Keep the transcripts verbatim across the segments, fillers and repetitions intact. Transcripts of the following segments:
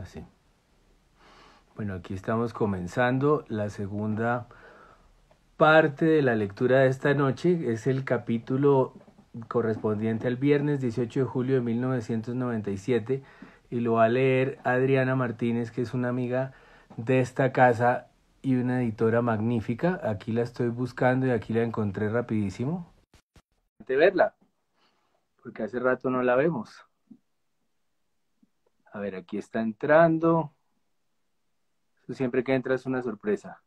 sí. Bueno, aquí estamos comenzando la segunda parte de la lectura de esta noche. Es el capítulo correspondiente al viernes dieciocho de julio de mil novecientos noventa y siete y lo va a leer Adriana Martínez, que es una amiga de esta casa y una editora magnífica. Aquí la estoy buscando y aquí la encontré rapidísimo. De verla, porque hace rato no la vemos. A ver, aquí está entrando. Siempre que entra es una sorpresa.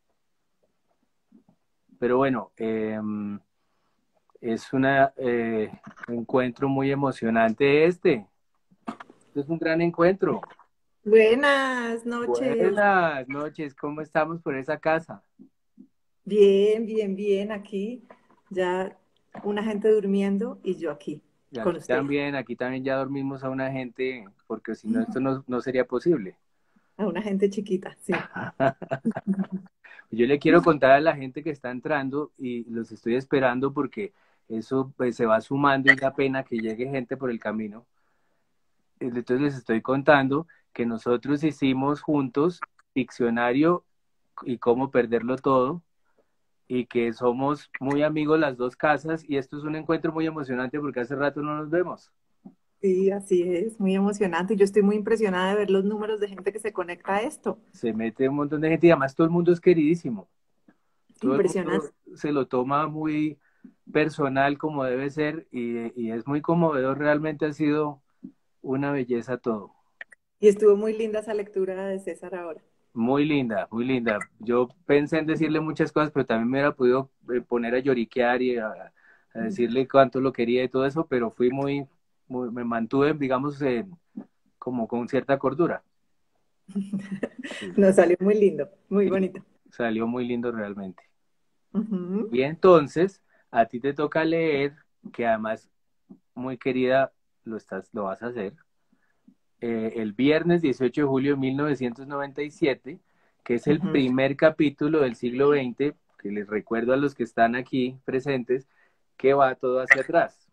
Pero bueno, eh, es un eh, encuentro muy emocionante este. Este es un gran encuentro. Buenas noches. Buenas noches, ¿cómo estamos por esa casa? Bien, bien, bien. Aquí ya una gente durmiendo y yo aquí Y con aquí usted. también, aquí también ya dormimos a una gente, porque si no, esto no, no sería posible. A una gente chiquita, sí. Yo le quiero contar a la gente que está entrando y los estoy esperando porque eso pues, se va sumando y da pena que llegue gente por el camino. Entonces les estoy contando que nosotros hicimos juntos diccionario y cómo perderlo todo y que somos muy amigos las dos casas y esto es un encuentro muy emocionante porque hace rato no nos vemos. Sí, así es, muy emocionante. Yo estoy muy impresionada de ver los números de gente que se conecta a esto. Se mete un montón de gente y además todo el mundo es queridísimo. Todo el Impresionante. mundo se lo toma muy personal como debe ser y, y es muy conmovedor. Realmente ha sido una belleza todo. Y estuvo muy linda esa lectura de César ahora. Muy linda, muy linda. Yo pensé en decirle muchas cosas, pero también me hubiera podido eh, poner a lloriquear y a, a decirle cuánto lo quería y todo eso, pero fui muy, muy me mantuve, digamos, en- como con cierta cordura. Sí, Nos salió muy lindo, muy sí, bonito. salió muy lindo realmente. Ujú. Y entonces, a ti te toca leer, que además, muy querida, lo estás, lo vas a hacer, eh, el viernes dieciocho de julio de mil novecientos noventa y siete, que es el Ujú. primer capítulo del siglo veinte, que les recuerdo a los que están aquí presentes, que va todo hacia atrás.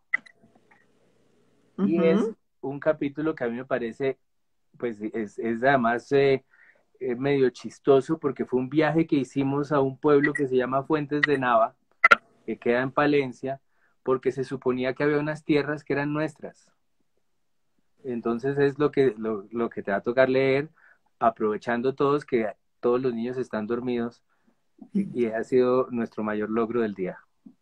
Y es Ujú. un capítulo que a mí me parece, pues es, es además eh, eh, medio chistoso porque fue un viaje que hicimos a un pueblo que se llama Fuentes de Nava, que queda en Palencia, porque se suponía que había unas tierras que eran nuestras. Entonces es lo que, lo, lo que te va a tocar leer, aprovechando todos que todos los niños están dormidos y, y ha sido nuestro mayor logro del día.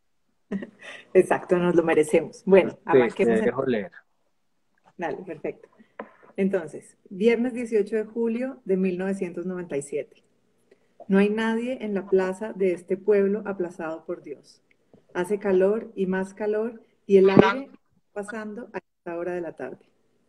Exacto, nos lo merecemos. Bueno, Entonces te, te arranquemos. en- dejo leer. Dale, perfecto. Entonces, viernes dieciocho de julio de mil novecientos noventa y siete. No hay nadie en la plaza de este pueblo aplazado por Dios. Hace calor y más calor y el aire pasando a esta hora de la tarde.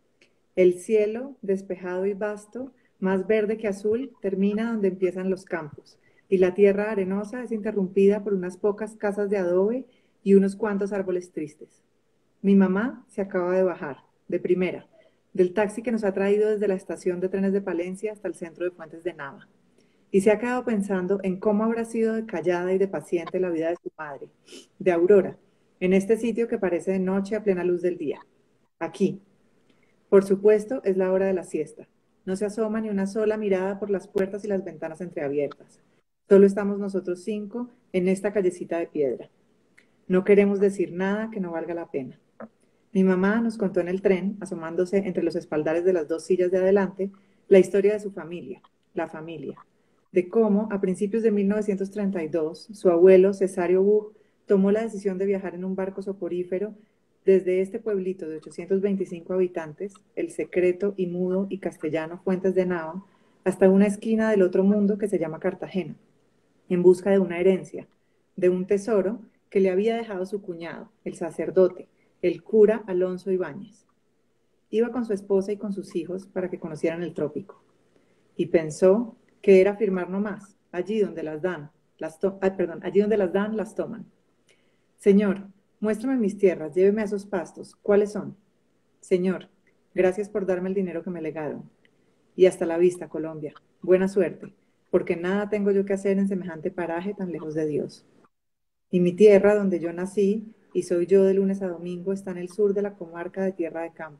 El cielo, despejado y vasto, más verde que azul, termina donde empiezan los campos, y la tierra arenosa es interrumpida por unas pocas casas de adobe y unos cuantos árboles tristes. Mi mamá se acaba de bajar, de primera, del taxi que nos ha traído desde la estación de trenes de Palencia hasta el centro de Fuentes de Nava, y se ha quedado pensando en cómo habrá sido de callada y de paciente la vida de su madre, de Aurora, en este sitio que parece de noche a plena luz del día. Aquí, por supuesto, es la hora de la siesta. No se asoma ni una sola mirada por las puertas y las ventanas entreabiertas. Solo estamos nosotros cinco en esta callecita de piedra. No queremos decir nada que no valga la pena. Mi mamá nos contó en el tren, asomándose entre los espaldares de las dos sillas de adelante, la historia de su familia, la familia, de cómo, a principios de mil novecientos treinta y dos, su abuelo, Cesario Buch, tomó la decisión de viajar en un barco soporífero desde este pueblito de ochocientos veinticinco habitantes, el secreto y mudo y castellano Fuentes de Nava, hasta una esquina del otro mundo que se llama Cartagena, en busca de una herencia, de un tesoro que le había dejado su cuñado, el sacerdote, el cura Alonso Ibáñez. Iba con su esposa y con sus hijos para que conocieran el trópico. Y pensó que era firmar nomás, allí donde las dan, las to ah, perdón, allí donde las dan, las toman. Señor, muéstrame mis tierras, lléveme a esos pastos. ¿Cuáles son? Señor, gracias por darme el dinero que me legaron. Y hasta la vista, Colombia. Buena suerte, porque nada tengo yo que hacer en semejante paraje tan lejos de Dios. Y mi tierra, donde yo nací, y soy yo de lunes a domingo, está en el sur de la comarca de Tierra de Campos,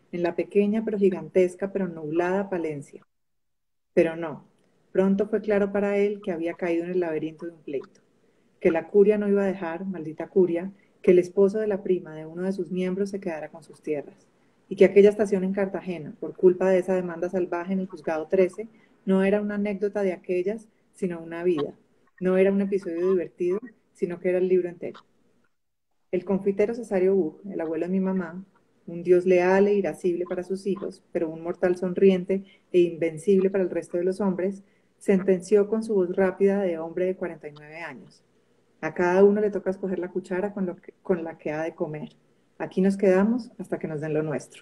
en la pequeña pero gigantesca pero nublada Palencia. Pero no, pronto fue claro para él que había caído en el laberinto de un pleito, que la curia no iba a dejar, maldita curia, que el esposo de la prima de uno de sus miembros se quedara con sus tierras, y que aquella estación en Cartagena, por culpa de esa demanda salvaje en el juzgado trece, no era una anécdota de aquellas, sino una vida, no era un episodio divertido, sino que era el libro entero. El confitero Cesario Buch, el abuelo de mi mamá, un dios leal e irascible para sus hijos, pero un mortal sonriente e invencible para el resto de los hombres, sentenció con su voz rápida de hombre de cuarenta y nueve años. A cada uno le toca escoger la cuchara con, lo que, con la que ha de comer. Aquí nos quedamos hasta que nos den lo nuestro.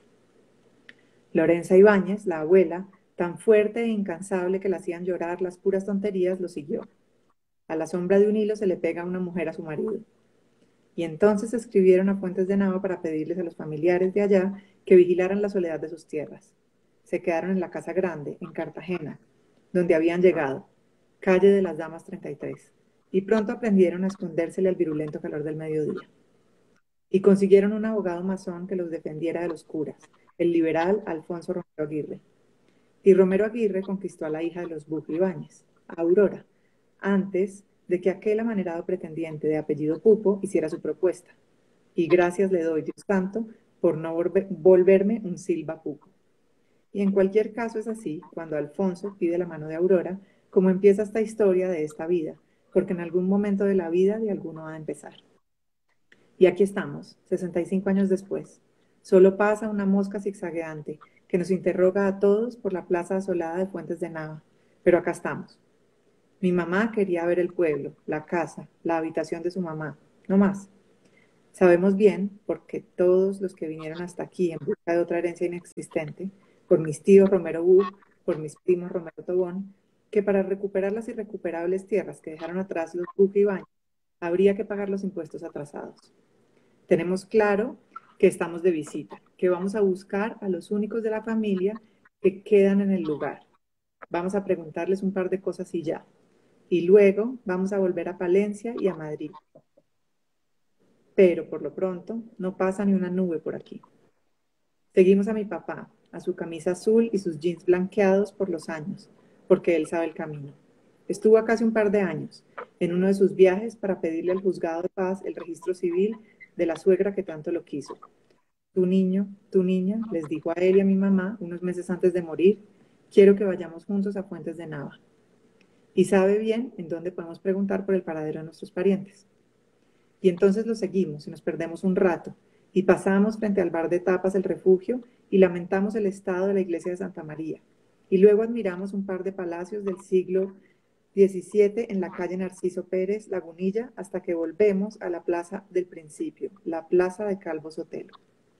Lorenza Ibáñez, la abuela, tan fuerte e incansable que la hacían llorar las puras tonterías, lo siguió. A la sombra de un hilo se le pega a una mujer a su marido. Y entonces escribieron a Fuentes de Nava para pedirles a los familiares de allá que vigilaran la soledad de sus tierras. Se quedaron en la Casa Grande, en Cartagena, donde habían llegado, calle de las Damas treinta y tres, y pronto aprendieron a escondérsele al virulento calor del mediodía. Y consiguieron un abogado masón que los defendiera de los curas, el liberal Alfonso Romero Aguirre. Y Romero Aguirre conquistó a la hija de los Buch Ibáñez, a Aurora, antes de que aquel amanerado pretendiente de apellido Pupo hiciera su propuesta. Y gracias le doy, Dios santo, por no volver, volverme un Silva Pupo. Y en cualquier caso es así, cuando Alfonso pide la mano de Aurora, como empieza esta historia de esta vida, porque en algún momento de la vida de alguno ha de empezar. Y aquí estamos, sesenta y cinco años después. Solo pasa una mosca zigzagueante que nos interroga a todos por la plaza asolada de Fuentes de Nava. Pero acá estamos. Mi mamá quería ver el pueblo, la casa, la habitación de su mamá, no más. Sabemos bien, porque todos los que vinieron hasta aquí en busca de otra herencia inexistente, por mis tíos Romero Buch, por mis primos Romero Tobón, que para recuperar las irrecuperables tierras que dejaron atrás los Buch Ibáñez, habría que pagar los impuestos atrasados. Tenemos claro que estamos de visita, que vamos a buscar a los únicos de la familia que quedan en el lugar. Vamos a preguntarles un par de cosas y ya. Y luego vamos a volver a Palencia y a Madrid. Pero por lo pronto no pasa ni una nube por aquí. Seguimos a mi papá, a su camisa azul y sus jeans blanqueados por los años, porque él sabe el camino. Estuvo acá hace un par de años, en uno de sus viajes para pedirle al juzgado de paz el registro civil de la suegra que tanto lo quiso. Tu niño, tu niña, les dijo a él y a mi mamá unos meses antes de morir, quiero que vayamos juntos a Fuentes de Nava. Y sabe bien en dónde podemos preguntar por el paradero de nuestros parientes. Y entonces lo seguimos y nos perdemos un rato, y pasamos frente al bar de tapas El Refugio y lamentamos el estado de la iglesia de Santa María. Y luego admiramos un par de palacios del siglo diecisiete en la calle Narciso Pérez, Lagunilla, hasta que volvemos a la plaza del principio, la plaza de Calvo Sotelo.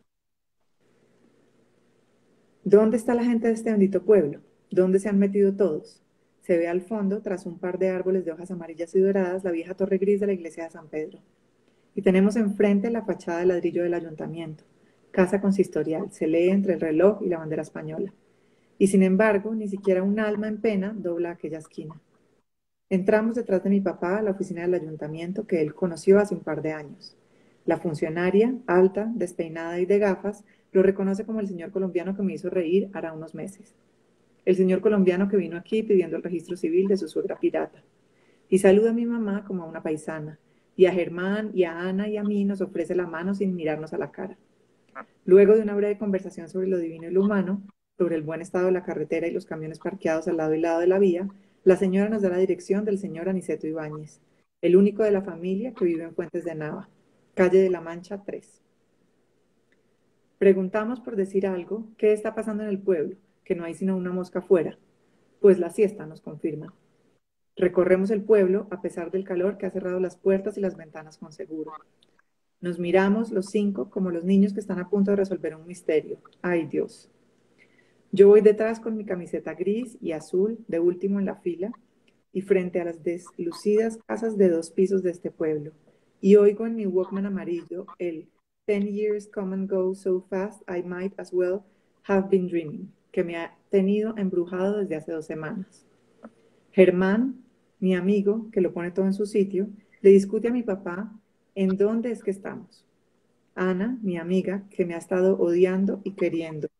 ¿Dónde está la gente de este bendito pueblo? ¿Dónde se han metido todos? Se ve al fondo, tras un par de árboles de hojas amarillas y doradas, la vieja torre gris de la iglesia de San Pedro. Y tenemos enfrente la fachada de ladrillo del ayuntamiento, casa consistorial, se lee entre el reloj y la bandera española. Y sin embargo, ni siquiera un alma en pena dobla aquella esquina. Entramos detrás de mi papá a la oficina del ayuntamiento que él conoció hace un par de años. La funcionaria, alta, despeinada y de gafas, lo reconoce como el señor colombiano que me hizo reír hará unos meses. El señor colombiano que vino aquí pidiendo el registro civil de su suegra pirata. Y saluda a mi mamá como a una paisana. Y a Germán y a Ana y a mí nos ofrece la mano sin mirarnos a la cara. Luego de una breve conversación sobre lo divino y lo humano, sobre el buen estado de la carretera y los camiones parqueados al lado y lado de la vía, la señora nos da la dirección del señor Aniceto Ibáñez, el único de la familia que vive en Fuentes de Nava, calle de la Mancha tres. Preguntamos por decir algo, ¿qué está pasando en el pueblo? Que no hay sino una mosca afuera. Pues la siesta, nos confirma. Recorremos el pueblo a pesar del calor que ha cerrado las puertas y las ventanas con seguro. Nos miramos los cinco como los niños que están a punto de resolver un misterio. ¡Ay, Dios! Yo voy detrás con mi camiseta gris y azul, de último en la fila, y frente a las deslucidas casas de dos pisos de este pueblo, y oigo en mi Walkman amarillo el Ten years come and go so fast I might as well have been dreaming, que me ha tenido embrujado desde hace dos semanas. Germán, mi amigo, que lo pone todo en su sitio, le discute a mi papá en dónde es que estamos. Ana, mi amiga, que me ha estado odiando y queriendo,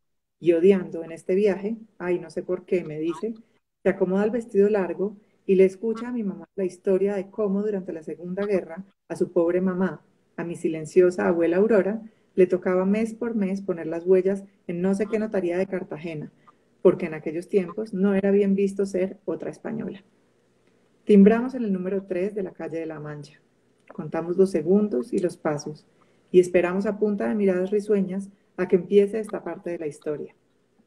Y odiando en este viaje, ay, no sé por qué, me dice, se acomoda el vestido largo y le escucha a mi mamá la historia de cómo durante la Segunda Guerra a su pobre mamá, a mi silenciosa abuela Aurora, le tocaba mes por mes poner las huellas en no sé qué notaría de Cartagena, porque en aquellos tiempos no era bien visto ser otra española. Timbramos en el número tres de la calle de La Mancha. Contamos los segundos y los pasos y esperamos a punta de miradas risueñas a que empiece esta parte de la historia.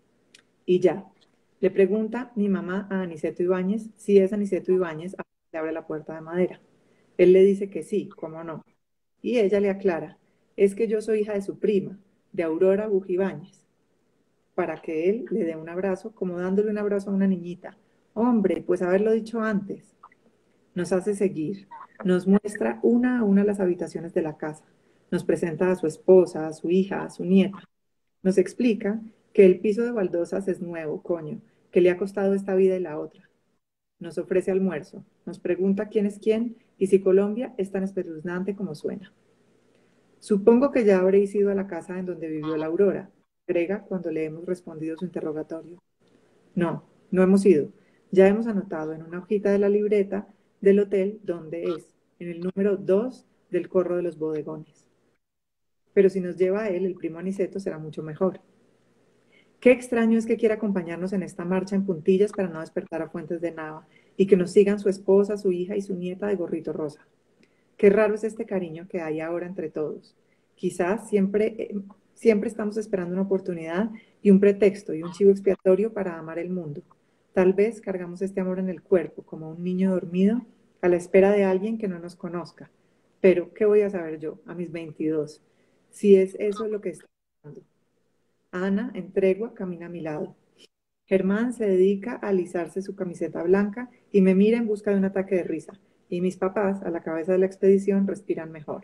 Y ya, le pregunta mi mamá a Aniceto Ibáñez si es Aniceto Ibáñez a quien le abre la puerta de madera. Él le dice que sí, cómo no. Y ella le aclara, es que yo soy hija de su prima, de Aurora Bujibáñez, para que él le dé un abrazo, como dándole un abrazo a una niñita. Hombre, pues haberlo dicho antes. Nos hace seguir, nos muestra una a una las habitaciones de la casa, nos presenta a su esposa, a su hija, a su nieta. Nos explica que el piso de baldosas es nuevo, coño, que le ha costado esta vida y la otra. Nos ofrece almuerzo, nos pregunta quién es quién y si Colombia es tan espeluznante como suena. Supongo que ya habréis ido a la casa en donde vivió la Aurora, agrega cuando le hemos respondido su interrogatorio. No, no hemos ido. Ya hemos anotado en una hojita de la libreta del hotel dónde es, en el número dos del corro de los bodegones. Pero si nos lleva a él, el primo Aniceto, será mucho mejor. Qué extraño es que quiera acompañarnos en esta marcha en puntillas para no despertar a Fuentes de Nava y que nos sigan su esposa, su hija y su nieta de gorrito rosa. Qué raro es este cariño que hay ahora entre todos. Quizás siempre, eh, siempre estamos esperando una oportunidad y un pretexto y un chivo expiatorio para amar el mundo. Tal vez cargamos este amor en el cuerpo, como un niño dormido, a la espera de alguien que no nos conozca. Pero, ¿qué voy a saber yo, a mis veintidós, si es eso lo que está pasando? Ana, en tregua, camina a mi lado. Germán se dedica a alisarse su camiseta blanca y me mira en busca de un ataque de risa. Y mis papás, a la cabeza de la expedición, respiran mejor.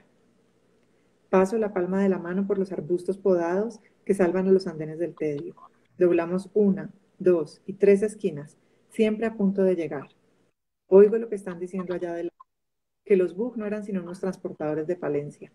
Paso la palma de la mano por los arbustos podados que salvan a los andenes del tedio. Doblamos una, dos y tres esquinas, siempre a punto de llegar. Oigo lo que están diciendo allá adelante, que los Bug no eran sino unos transportadores de Palencia.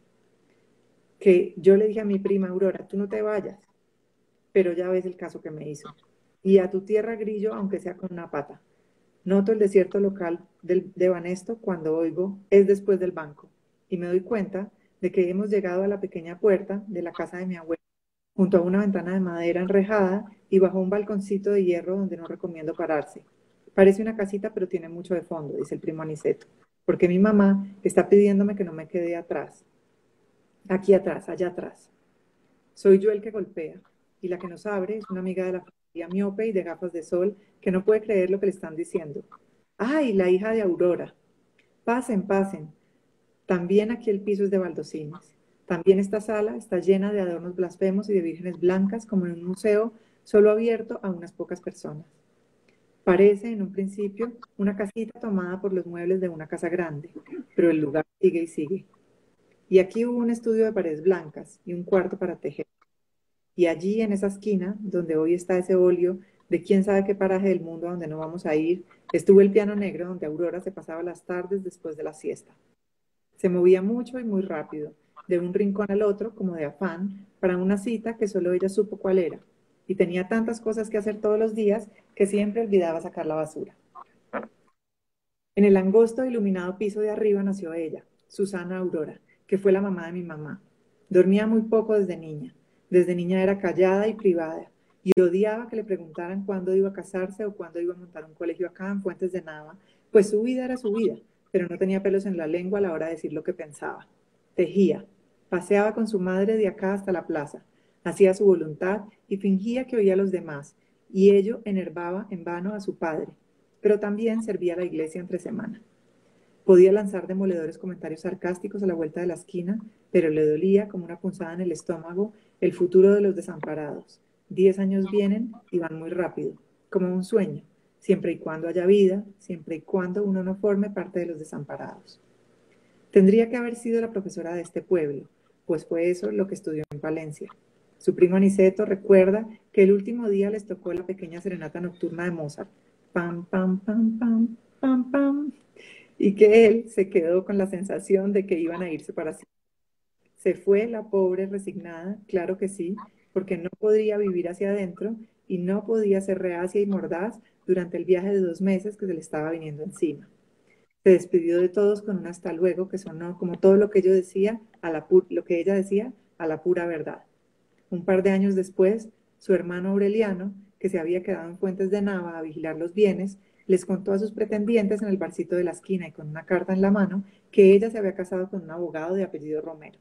Que yo le dije a mi prima Aurora, tú no te vayas, pero ya ves el caso que me hizo. Y a tu tierra grillo, aunque sea con una pata. Noto el desierto local del, de Banesto cuando oigo es después del banco y me doy cuenta de que hemos llegado a la pequeña puerta de la casa de mi abuela, junto a una ventana de madera enrejada y bajo un balconcito de hierro donde no recomiendo pararse. Parece una casita, pero tiene mucho de fondo, dice el primo Aniceto, porque mi mamá está pidiéndome que no me quede atrás. Aquí atrás, allá atrás. Soy yo el que golpea, y la que nos abre es una amiga de la familia miope y de gafas de sol que no puede creer lo que le están diciendo. ¡Ay, la hija de Aurora! Pasen, pasen. También aquí el piso es de baldosines. También esta sala está llena de adornos blasfemos y de vírgenes blancas como en un museo solo abierto a unas pocas personas. Parece, en un principio, una casita tomada por los muebles de una casa grande, pero el lugar sigue y sigue. Y aquí hubo un estudio de paredes blancas y un cuarto para tejer. Y allí, en esa esquina, donde hoy está ese óleo de quién sabe qué paraje del mundo a donde no vamos a ir, estuvo el piano negro donde Aurora se pasaba las tardes después de la siesta. Se movía mucho y muy rápido, de un rincón al otro, como de afán, para una cita que solo ella supo cuál era. Y tenía tantas cosas que hacer todos los días que siempre olvidaba sacar la basura. En el angosto e iluminado piso de arriba nació ella, Susana Aurora, que fue la mamá de mi mamá. Dormía muy poco desde niña. Desde niña era callada y privada, y odiaba que le preguntaran cuándo iba a casarse o cuándo iba a montar un colegio acá en Fuentes de Nava, pues su vida era su vida, pero no tenía pelos en la lengua a la hora de decir lo que pensaba. Tejía, paseaba con su madre de acá hasta la plaza, hacía su voluntad y fingía que oía a los demás, y ello enervaba en vano a su padre, pero también servía a la iglesia entre semana. Podía lanzar demoledores comentarios sarcásticos a la vuelta de la esquina, pero le dolía como una punzada en el estómago el futuro de los desamparados. Diez años vienen y van muy rápido, como un sueño, siempre y cuando haya vida, siempre y cuando uno no forme parte de los desamparados. Tendría que haber sido la profesora de este pueblo, pues fue eso lo que estudió en Palencia. Su primo Aniceto recuerda que el último día les tocó la pequeña serenata nocturna de Mozart. Pam, pam, pam, pam, pam, pam. Y que él se quedó con la sensación de que iban a irse para siempre. Se fue la pobre resignada, claro que sí, porque no podría vivir hacia adentro y no podía ser reacia y mordaz durante el viaje de dos meses que se le estaba viniendo encima. Se despidió de todos con un hasta luego que sonó como todo lo que yo decía, a la lo que ella decía, a la pura verdad. Un par de años después, su hermano Aureliano, que se había quedado en Fuentes de Nava a vigilar los bienes, les contó a sus pretendientes en el barcito de la esquina y con una carta en la mano que ella se había casado con un abogado de apellido Romero.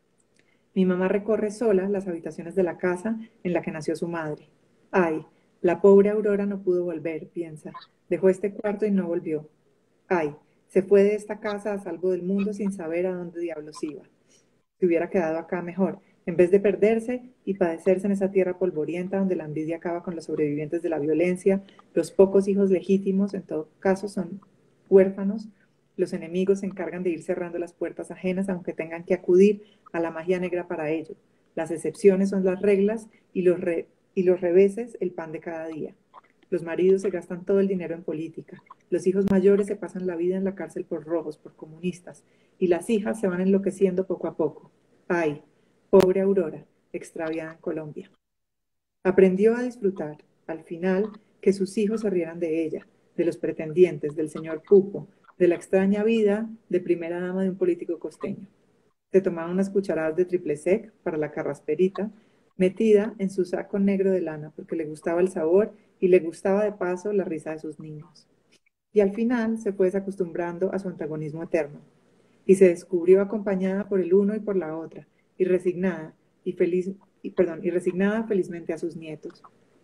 Mi mamá recorre sola las habitaciones de la casa en la que nació su madre. Ay, la pobre Aurora no pudo volver, piensa. Dejó este cuarto y no volvió. Ay, se fue de esta casa a salvo del mundo sin saber a dónde diablos iba. Se hubiera quedado acá mejor, en vez de perderse y padecerse en esa tierra polvorienta donde la envidia acaba con los sobrevivientes de la violencia, los pocos hijos legítimos, en todo caso, son huérfanos, los enemigos se encargan de ir cerrando las puertas ajenas aunque tengan que acudir a la magia negra para ello. Las excepciones son las reglas y los, re y los reveses el pan de cada día. Los maridos se gastan todo el dinero en política. Los hijos mayores se pasan la vida en la cárcel por rojos, por comunistas. Y las hijas se van enloqueciendo poco a poco. Ay, pobre Aurora, extraviada en Colombia. Aprendió a disfrutar, al final, que sus hijos se rieran de ella, de los pretendientes, del señor Pupo, de la extraña vida de primera dama de un político costeño. Se tomaba unas cucharadas de triple sec para la carrasperita, metida en su saco negro de lana porque le gustaba el sabor y le gustaba de paso la risa de sus niños. Y al final se fue desacostumbrando a su antagonismo eterno y se descubrió acompañada por el uno y por la otra y resignada y feliz y perdón y resignada felizmente a sus nietos.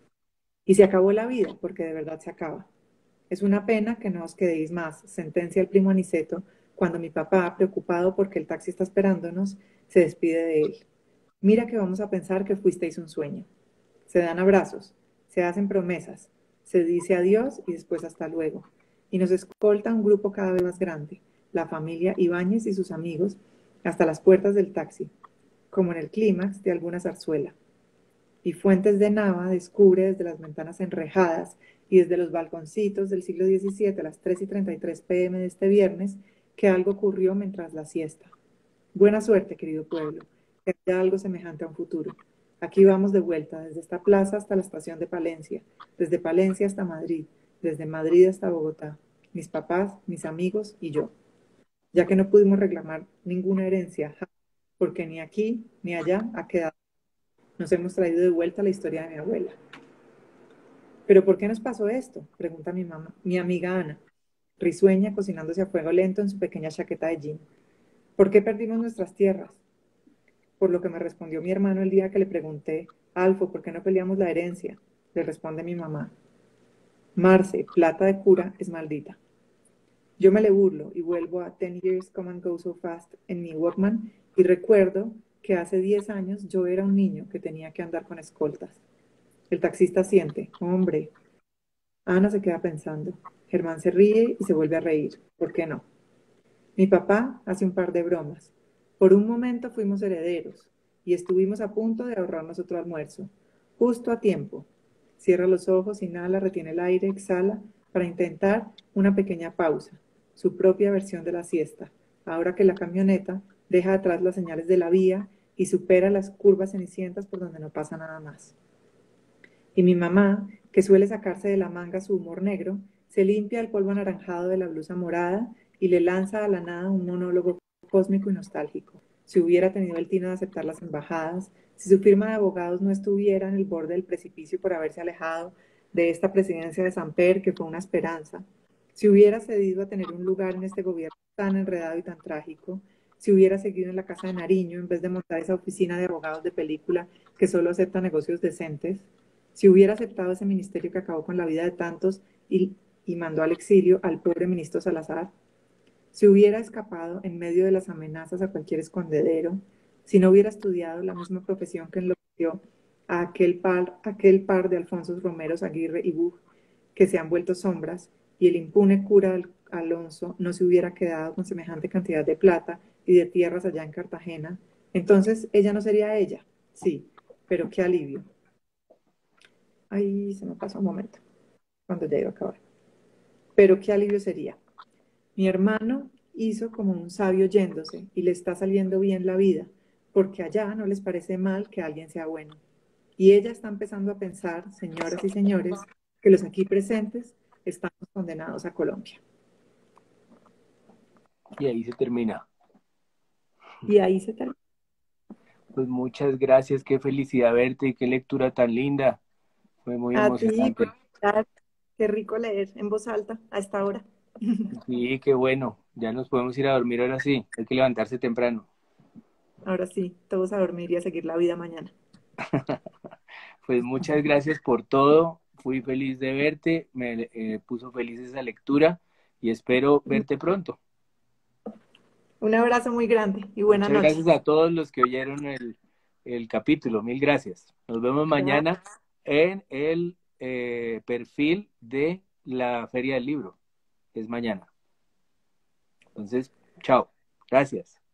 Y se acabó la vida porque de verdad se acaba. Es una pena que no os quedéis más, sentencia el primo Aniceto cuando mi papá, preocupado porque el taxi está esperándonos, se despide de él. Mira que vamos a pensar que fuisteis un sueño. Se dan abrazos, se hacen promesas, se dice adiós y después hasta luego. Y nos escolta un grupo cada vez más grande, la familia Ibáñez y sus amigos, hasta las puertas del taxi, como en el clímax de alguna zarzuela. Y Fuentes de Nava descubre desde las ventanas enrejadas y desde los balconcitos del siglo diecisiete a las tres y treinta y tres pm de este viernes que algo ocurrió mientras la siesta. Buena suerte, querido pueblo, que haya algo semejante a un futuro. Aquí vamos de vuelta, desde esta plaza hasta la estación de Palencia, desde Palencia hasta Madrid, desde Madrid hasta Bogotá, mis papás, mis amigos y yo. Ya que no pudimos reclamar ninguna herencia, porque ni aquí ni allá ha quedado. Nos hemos traído de vuelta la historia de mi abuela. ¿Pero por qué nos pasó esto?, pregunta mi mamá, mi amiga Ana, risueña, cocinándose a fuego lento en su pequeña chaqueta de jean. ¿Por qué perdimos nuestras tierras? Por lo que me respondió mi hermano el día que le pregunté, Alfo, ¿por qué no peleamos la herencia? Le responde mi mamá. Marce, plata de cura, es maldita. Yo me le burlo y vuelvo a Ten Years Come and Go So Fast en mi Walkman y recuerdo que hace diez años yo era un niño que tenía que andar con escoltas. El taxista siente, hombre. Ana se queda pensando. Germán se ríe y se vuelve a reír. ¿Por qué no? Mi papá hace un par de bromas. Por un momento fuimos herederos y estuvimos a punto de ahorrarnos otro almuerzo. Justo a tiempo. Cierra los ojos, inhala, retiene el aire, exhala para intentar una pequeña pausa. Su propia versión de la siesta. Ahora que la camioneta deja atrás las señales de la vía y supera las curvas cenicientas por donde no pasa nada más. Y mi mamá, que suele sacarse de la manga su humor negro, se limpia el polvo anaranjado de la blusa morada y le lanza a la nada un monólogo cósmico y nostálgico. Si hubiera tenido el tino de aceptar las embajadas, si su firma de abogados no estuviera en el borde del precipicio por haberse alejado de esta presidencia de Samper, que fue una esperanza, si hubiera cedido a tener un lugar en este gobierno tan enredado y tan trágico, si hubiera seguido en la casa de Nariño en vez de montar esa oficina de abogados de película que solo acepta negocios decentes, si hubiera aceptado ese ministerio que acabó con la vida de tantos y, y mandó al exilio al pobre ministro Salazar, si hubiera escapado en medio de las amenazas a cualquier escondedero, si no hubiera estudiado la misma profesión que enloqueció a aquel par, aquel par de Alfonsos Romeros Aguirre y Buch, que se han vuelto sombras, y el impune cura Alonso no se hubiera quedado con semejante cantidad de plata y de tierras allá en Cartagena, entonces ella no sería ella. Sí, pero qué alivio. Ay, se me pasó un momento, cuando ya iba a acabar. Pero qué alivio sería. Mi hermano hizo como un sabio yéndose y le está saliendo bien la vida, porque allá no les parece mal que alguien sea bueno. Y ella está empezando a pensar, señoras y señores, que los aquí presentes estamos condenados a Colombia. Y ahí se termina. Y ahí se termina. Pues muchas gracias, qué felicidad verte y qué lectura tan linda. Fue muy A ti, emocionante. pues, gracias. Qué rico leer en voz alta a esta hora. Sí, qué bueno. Ya nos podemos ir a dormir ahora sí. Hay que levantarse temprano. Ahora sí, todos a dormir y a seguir la vida mañana. Pues muchas gracias por todo. Fui feliz de verte. Me eh, puso feliz esa lectura y espero verte pronto. Un abrazo muy grande y buena Muchas noche. gracias a todos los que oyeron el, el capítulo. Mil gracias. Nos vemos Gracias. mañana en el eh, perfil de la Feria del Libro. Es mañana. Entonces, chao. Gracias.